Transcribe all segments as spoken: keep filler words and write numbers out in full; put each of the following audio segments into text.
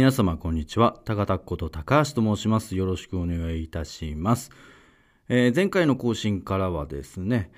皆様こんにちは。高田こと高橋と申します。よろしくお願いいたします。えー、前回の更新からはですね、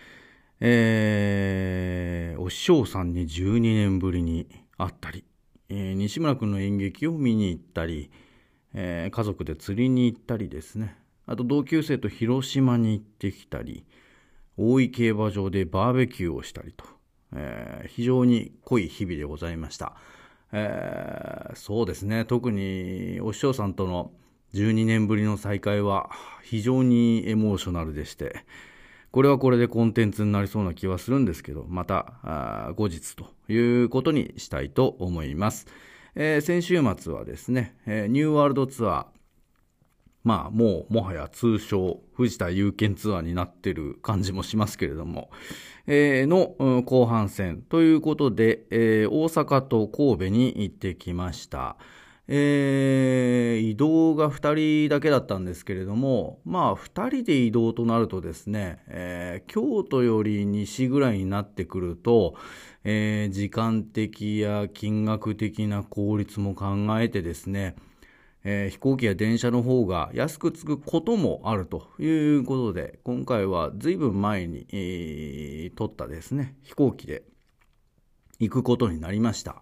えー、お師匠さんにじゅうにねんぶりに会ったり、えー、西村くんの演劇を見に行ったり、えー、家族で釣りに行ったりですね、あと同級生と広島に行ってきたり、大井競馬場でバーベキューをしたりと、えー、非常に濃い日々でございました。えー、そうですね、特にお師匠さんとのじゅうにねんぶりの再会は非常にエモーショナルでして、これはこれでコンテンツになりそうな気はするんですけど、またあ後日ということにしたいと思います。えー、先週末はですね、えー、ニューワールドツアー、まあもうもはや通称藤田有権ツアーになっている感じもしますけれども、えー、の、うん、後半戦ということで、えー、大阪と神戸に行ってきました。えー、移動がふたりだけだったんですけれども、まあふたりで移動となるとですね、えー、京都より西ぐらいになってくると、えー、時間的や金額的な効率も考えてですね、えー、飛行機や電車の方が安くつくこともあるということで、今回はずいぶん前に、えー、取ったですね、飛行機で行くことになりました。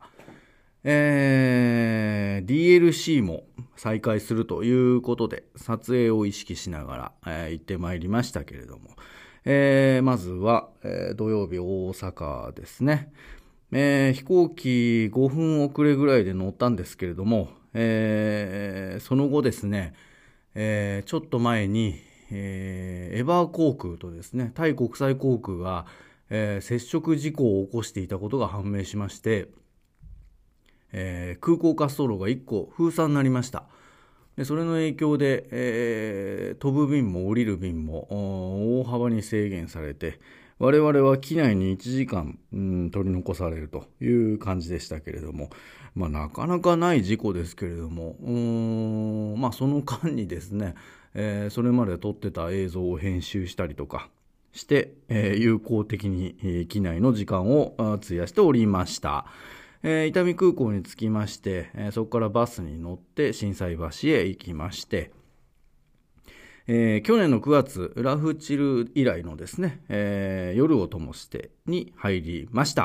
えー、ディーエルシー も再開するということで、撮影を意識しながら、えー、行ってまいりましたけれども、えー、まずは、えー、土曜日大阪ですね。えー、飛行機ごふん遅れぐらいで乗ったんですけれども、えー、その後ですね、えー、ちょっと前に、えー、エバー航空とですね、タイ国際航空が、えー、接触事故を起こしていたことが判明しまして、えー、空港滑走路がいっこ封鎖になりました。でそれの影響で、えー、飛ぶ便も降りる便も大幅に制限されて、我々は機内にいちじかん、うん、取り残されるという感じでしたけれども、まあ、なかなかない事故ですけれども、うーん、まあ、その間にですね、えー、それまで撮ってた映像を編集したりとかして、えー、有効的に、えー、機内の時間を費やしておりました。えー、伊丹空港に着きまして、えー、そこからバスに乗って心斎橋へ行きまして、えー、去年のくがつラフチル以来のですね、えー、夜を灯してに入りました。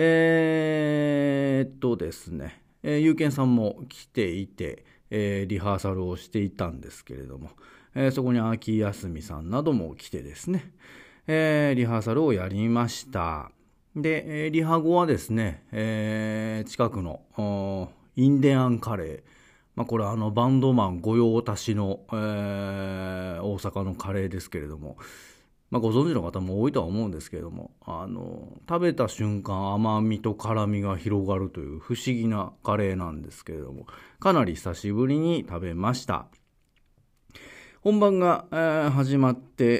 えー、っとですね、えー、有権さんも来ていて、えー、リハーサルをしていたんですけれども、えー、そこに秋休みさんなども来てですね、えー、リハーサルをやりました。で、えー、リハ後はですね、えー、近くのインディアンカレー、まあ、これはあのバンドマン御用達の、えー、大阪のカレーですけれども、まあ、ご存知の方も多いとは思うんですけれども、あの食べた瞬間甘みと辛みが広がるという不思議なカレーなんですけれども、かなり久しぶりに食べました。本番が、えー、始まって、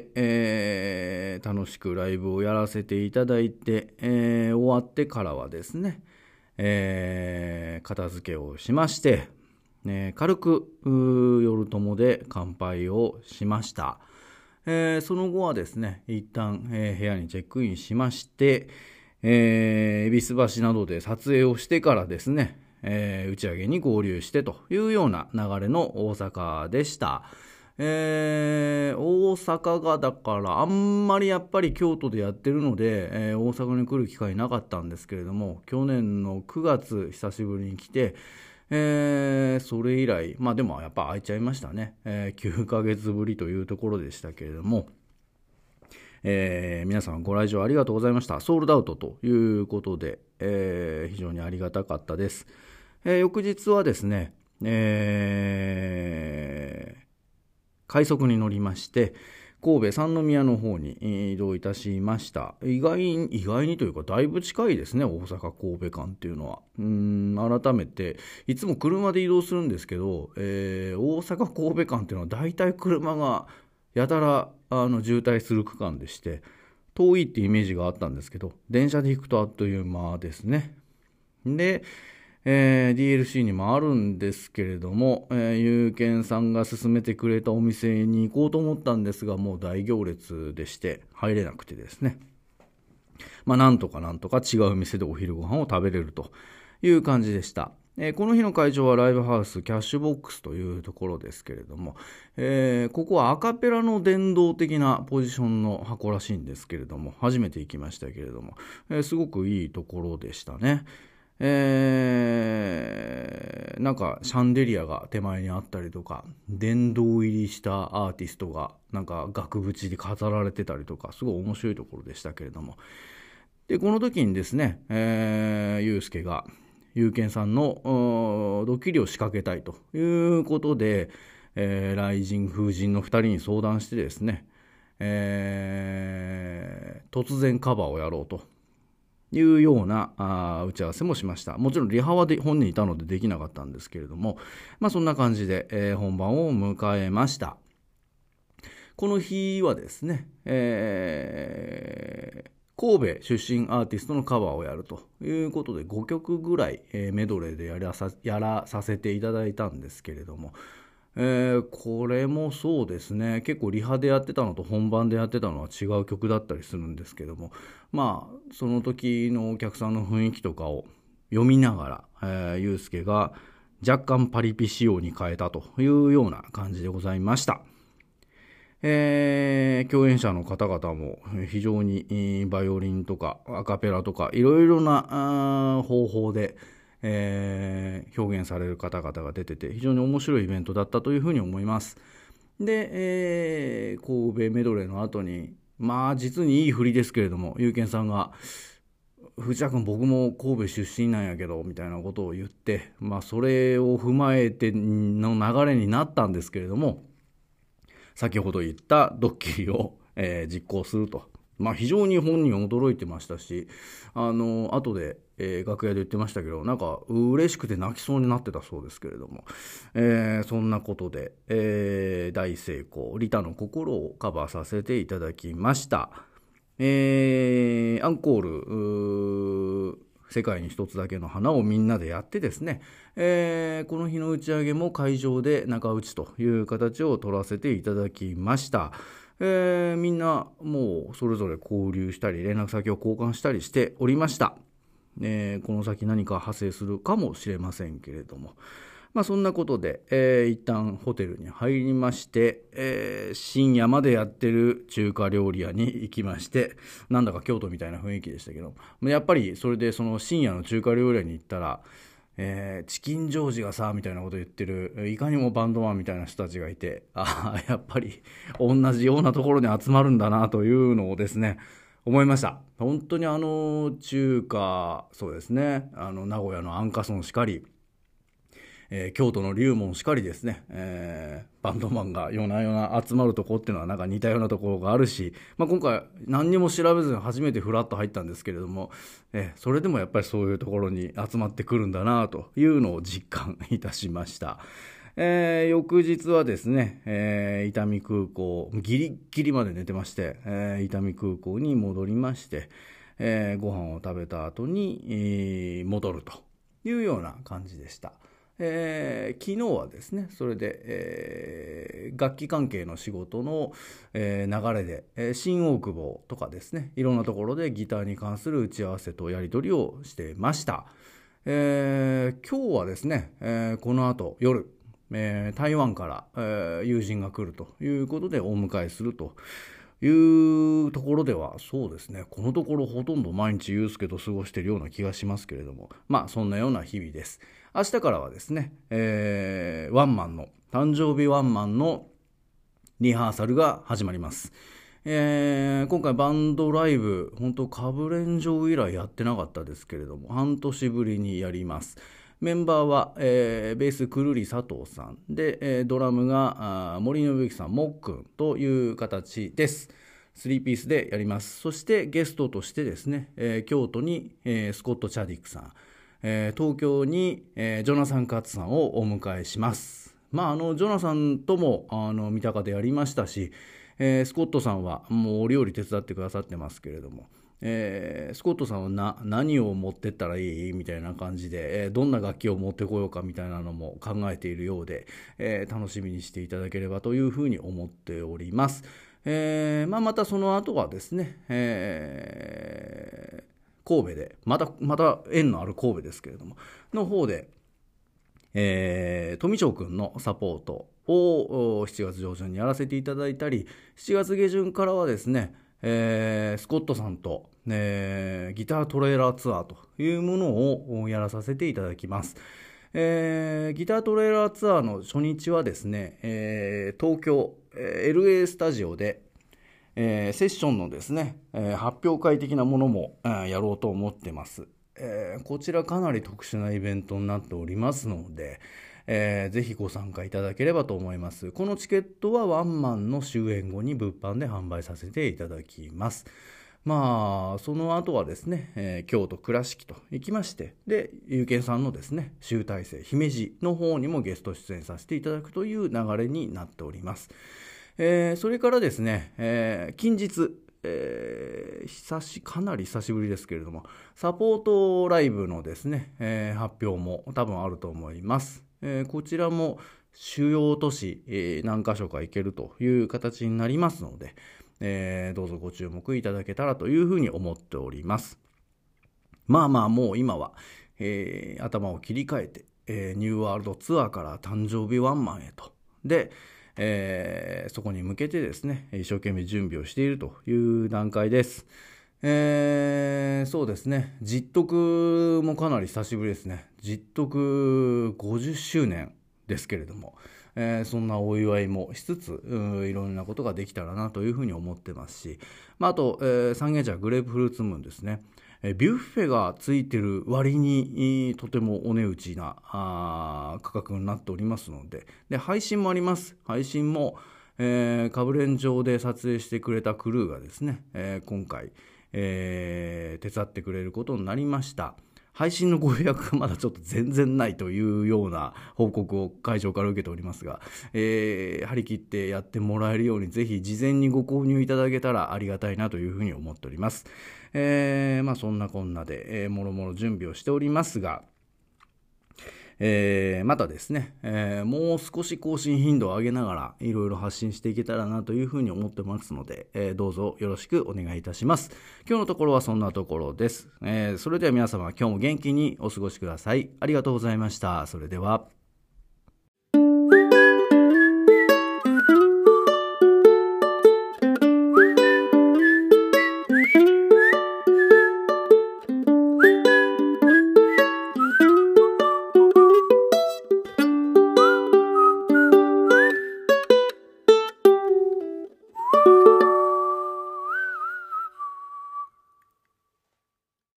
えー、楽しくライブをやらせていただいて、えー、終わってからはですね、えー、片付けをしまして、えー、軽く夜友で乾杯をしました。えー、その後はですね、一旦、えー、部屋にチェックインしまして、えー、恵比寿橋などで撮影をしてからですね、えー、打ち上げに合流してというような流れの大阪でした。えー、大阪がだからあんまりやっぱり京都でやってるので、えー、大阪に来る機会なかったんですけれども、去年のくがつ久しぶりに来て、えー、それ以来、まあでもやっぱ空いちゃいましたね、えー、きゅうかげつぶりというところでしたけれども、えー、皆さんご来場ありがとうございました。ソールドアウトということで、えー、非常にありがたかったです。えー、翌日はですね、えー、快速に乗りまして神戸三宮の方に移動いたしました。意外に意外にというかだいぶ近いですね、大阪神戸間っていうのは。うーん改めていつも車で移動するんですけど、えー、大阪神戸間っていうのはだいたい車がやたらあの渋滞する区間でして遠いってイメージがあったんですけど、電車で行くとあっという間ですね。でえー、ディーエルシー にもあるんですけれども、えー、有権さんが勧めてくれたお店に行こうと思ったんですが、もう大行列でして入れなくてですね、まあなんとかなんとか違う店でお昼ご飯を食べれるという感じでした。 えー、この日の会場はライブハウスキャッシュボックスというところですけれども、えー、ここはアカペラの伝道的なポジションの箱らしいんですけれども、初めて行きましたけれども、えー、すごくいいところでしたね。えー、なんかシャンデリアが手前にあったりとか、殿堂入りしたアーティストがなんか額縁で飾られてたりとか、すごい面白いところでしたけれども、でこの時にですね、えー、ゆうすけがゆうけんさんのドッキリを仕掛けたいということで、えー、雷神風神のふたりに相談してですね、えー、突然カバーをやろうというようなあ打ち合わせもしました。もちろんリハはで本人いたのでできなかったんですけれども、まあそんな感じで、えー、本番を迎えました。この日はですね、えー、神戸出身アーティストのカバーをやるということでごきょくぐらい、えー、メドレーでやらさ、やらさせていただいたんですけれども、えー、これもそうですね、結構リハでやってたのと本番でやってたのは違う曲だったりするんですけども、まあその時のお客さんの雰囲気とかを読みながら、えー、ゆうすけが若干パリピ仕様に変えたというような感じでございました。えー、共演者の方々も非常にバイオリンとかアカペラとかいろいろな方法でえー、表現される方々が出てて非常に面白いイベントだったというふうに思います。で、えー、神戸メドレーの後にまあ実にいい振りですけれども、ゆうけんさんが藤田君僕も神戸出身なんやけどみたいなことを言って、まあそれを踏まえての流れになったんですけれども、先ほど言ったドッキリを、えー、実行すると。まあ非常に本人は驚いてましたし、あの後で、えー、楽屋で言ってましたけど、なんか嬉しくて泣きそうになってたそうですけれども、えー、そんなことで、えー、大成功、リタの心をカバーさせていただきました。えー、アンコール、世界に一つだけの花をみんなでやってですね、えー、この日の打ち上げも会場で中打ちという形を取らせていただきました。えー、みんなもうそれぞれ交流したり連絡先を交換したりしておりました。えー、この先何か派生するかもしれませんけれども、まあそんなことで、えー、一旦ホテルに入りまして、えー、深夜までやってる中華料理屋に行きまして、なんだか京都みたいな雰囲気でしたけど、やっぱりそれでその深夜の中華料理屋に行ったら、えー、チキンジョージがさみたいなこと言ってるいかにもバンドマンみたいな人たちがいて、ああやっぱり同じようなところに集まるんだなというのをですね思いました。本当にあの中華、そうですね、あの名古屋のアンカソンしかり、えー、京都の龍門しかりですね、えー、バンドマンが夜な夜な集まるとこっていうのはなんか似たようなところがあるし、まあ、今回何にも調べずに初めてフラッと入ったんですけれども、えー、それでもやっぱりそういうところに集まってくるんだなというのを実感いたしました。えー、翌日はですね、えー、伊丹空港ギリギリまで寝てまして、えー、伊丹空港に戻りまして、えー、ご飯を食べた後に、えー、戻るというような感じでした。えー、昨日はですねそれで、えー、楽器関係の仕事の、えー、流れで、えー、新大久保とかですねいろんなところでギターに関する打ち合わせとやり取りをしてました。えー、今日はですね、えー、この後夜、えー、台湾から、えー、友人が来るということでお迎えするというところでは、そうですね、このところほとんど毎日ユうスケと過ごしているような気がしますけれども、まあそんなような日々です。明日からはですね、えー、ワンマンの誕生日ワンマンのリハーサルが始まります。えー、今回バンドライブ本当カブレンジョー以来やってなかったですけれども半年ぶりにやります。メンバーは、えー、ベースくるり佐藤さんで、えー、ドラムが森信之さんもっくんという形です。スリーピースでやります。そしてゲストとしてですね、えー、京都に、えー、スコット・チャディックさん、えー、東京に、えー、ジョナサン・カッツさんをお迎えします。まああのジョナサンともあの三鷹でやりましたし、えー、スコットさんはもうお料理手伝ってくださってますけれども、えー、スコットさんはな何を持ってったらいいみたいな感じで、えー、どんな楽器を持ってこようかみたいなのも考えているようで、えー、楽しみにしていただければというふうに思っております。えーまあ、またその後はですね、えー、神戸でまたまた縁のある神戸ですけれどもの方でえー、富長くんのサポートをしちがつ上旬にやらせていただいたり、しちがつ下旬からはですね、えー、スコットさんと、えー、ギタートレーラーツアーというものをやらさせていただきます。えー、ギタートレーラーツアーの初日はですね、えー、東京、えー、エルエー スタジオで、えー、セッションのですね、えー、発表会的なものも、えー、やろうと思ってます。えー、こちらかなり特殊なイベントになっておりますので、えー、ぜひご参加いただければと思います。このチケットはワンマンの終演後に物販で販売させていただきます。まあその後はですね、えー、京都倉敷と行きまして、で有権さんのですね集大成姫路の方にもゲスト出演させていただくという流れになっております。えー、それからですね、えー、近日、えー、久しかなり久しぶりですけれども、サポートライブのですね、えー、発表も多分あると思います。えー、こちらも主要都市、えー、何か所か行けるという形になりますので、えー、どうぞご注目いただけたらというふうに思っております。まあまあもう今は、えー、頭を切り替えて、えー、ニューワールドツアーから誕生日ワンマンへと。で、えー、そこに向けてですね、一生懸命準備をしているという段階です。えー、そうですね、実得もかなり久しぶりですね。実得ごじゅっしゅうねんですけれども、えー、そんなお祝いもしつつ、いろんなことができたらなというふうに思ってますし、まあ、あと、えー、三軒茶グレープフルーツムーンですね。ビュッフェがついてる割にとてもお値打ちなあ価格になっておりますので、で配信もあります。配信も、えー、カブレン上で撮影してくれたクルーがですね、えー、今回、えー、手伝ってくれることになりました。配信のご予約がまだちょっと全然ないというような報告を会場から受けておりますが、えー、張り切ってやってもらえるようにぜひ事前にご購入いただけたらありがたいなというふうに思っております。えー、まあそんなこんなで、えー、もろもろ準備をしておりますが、えー、またですね、えー、もう少し更新頻度を上げながらいろいろ発信していけたらなというふうに思ってますので、えー、どうぞよろしくお願いいたします。今日のところはそんなところです。えー、それでは皆様今日も元気にお過ごしください。ありがとうございました。それでは。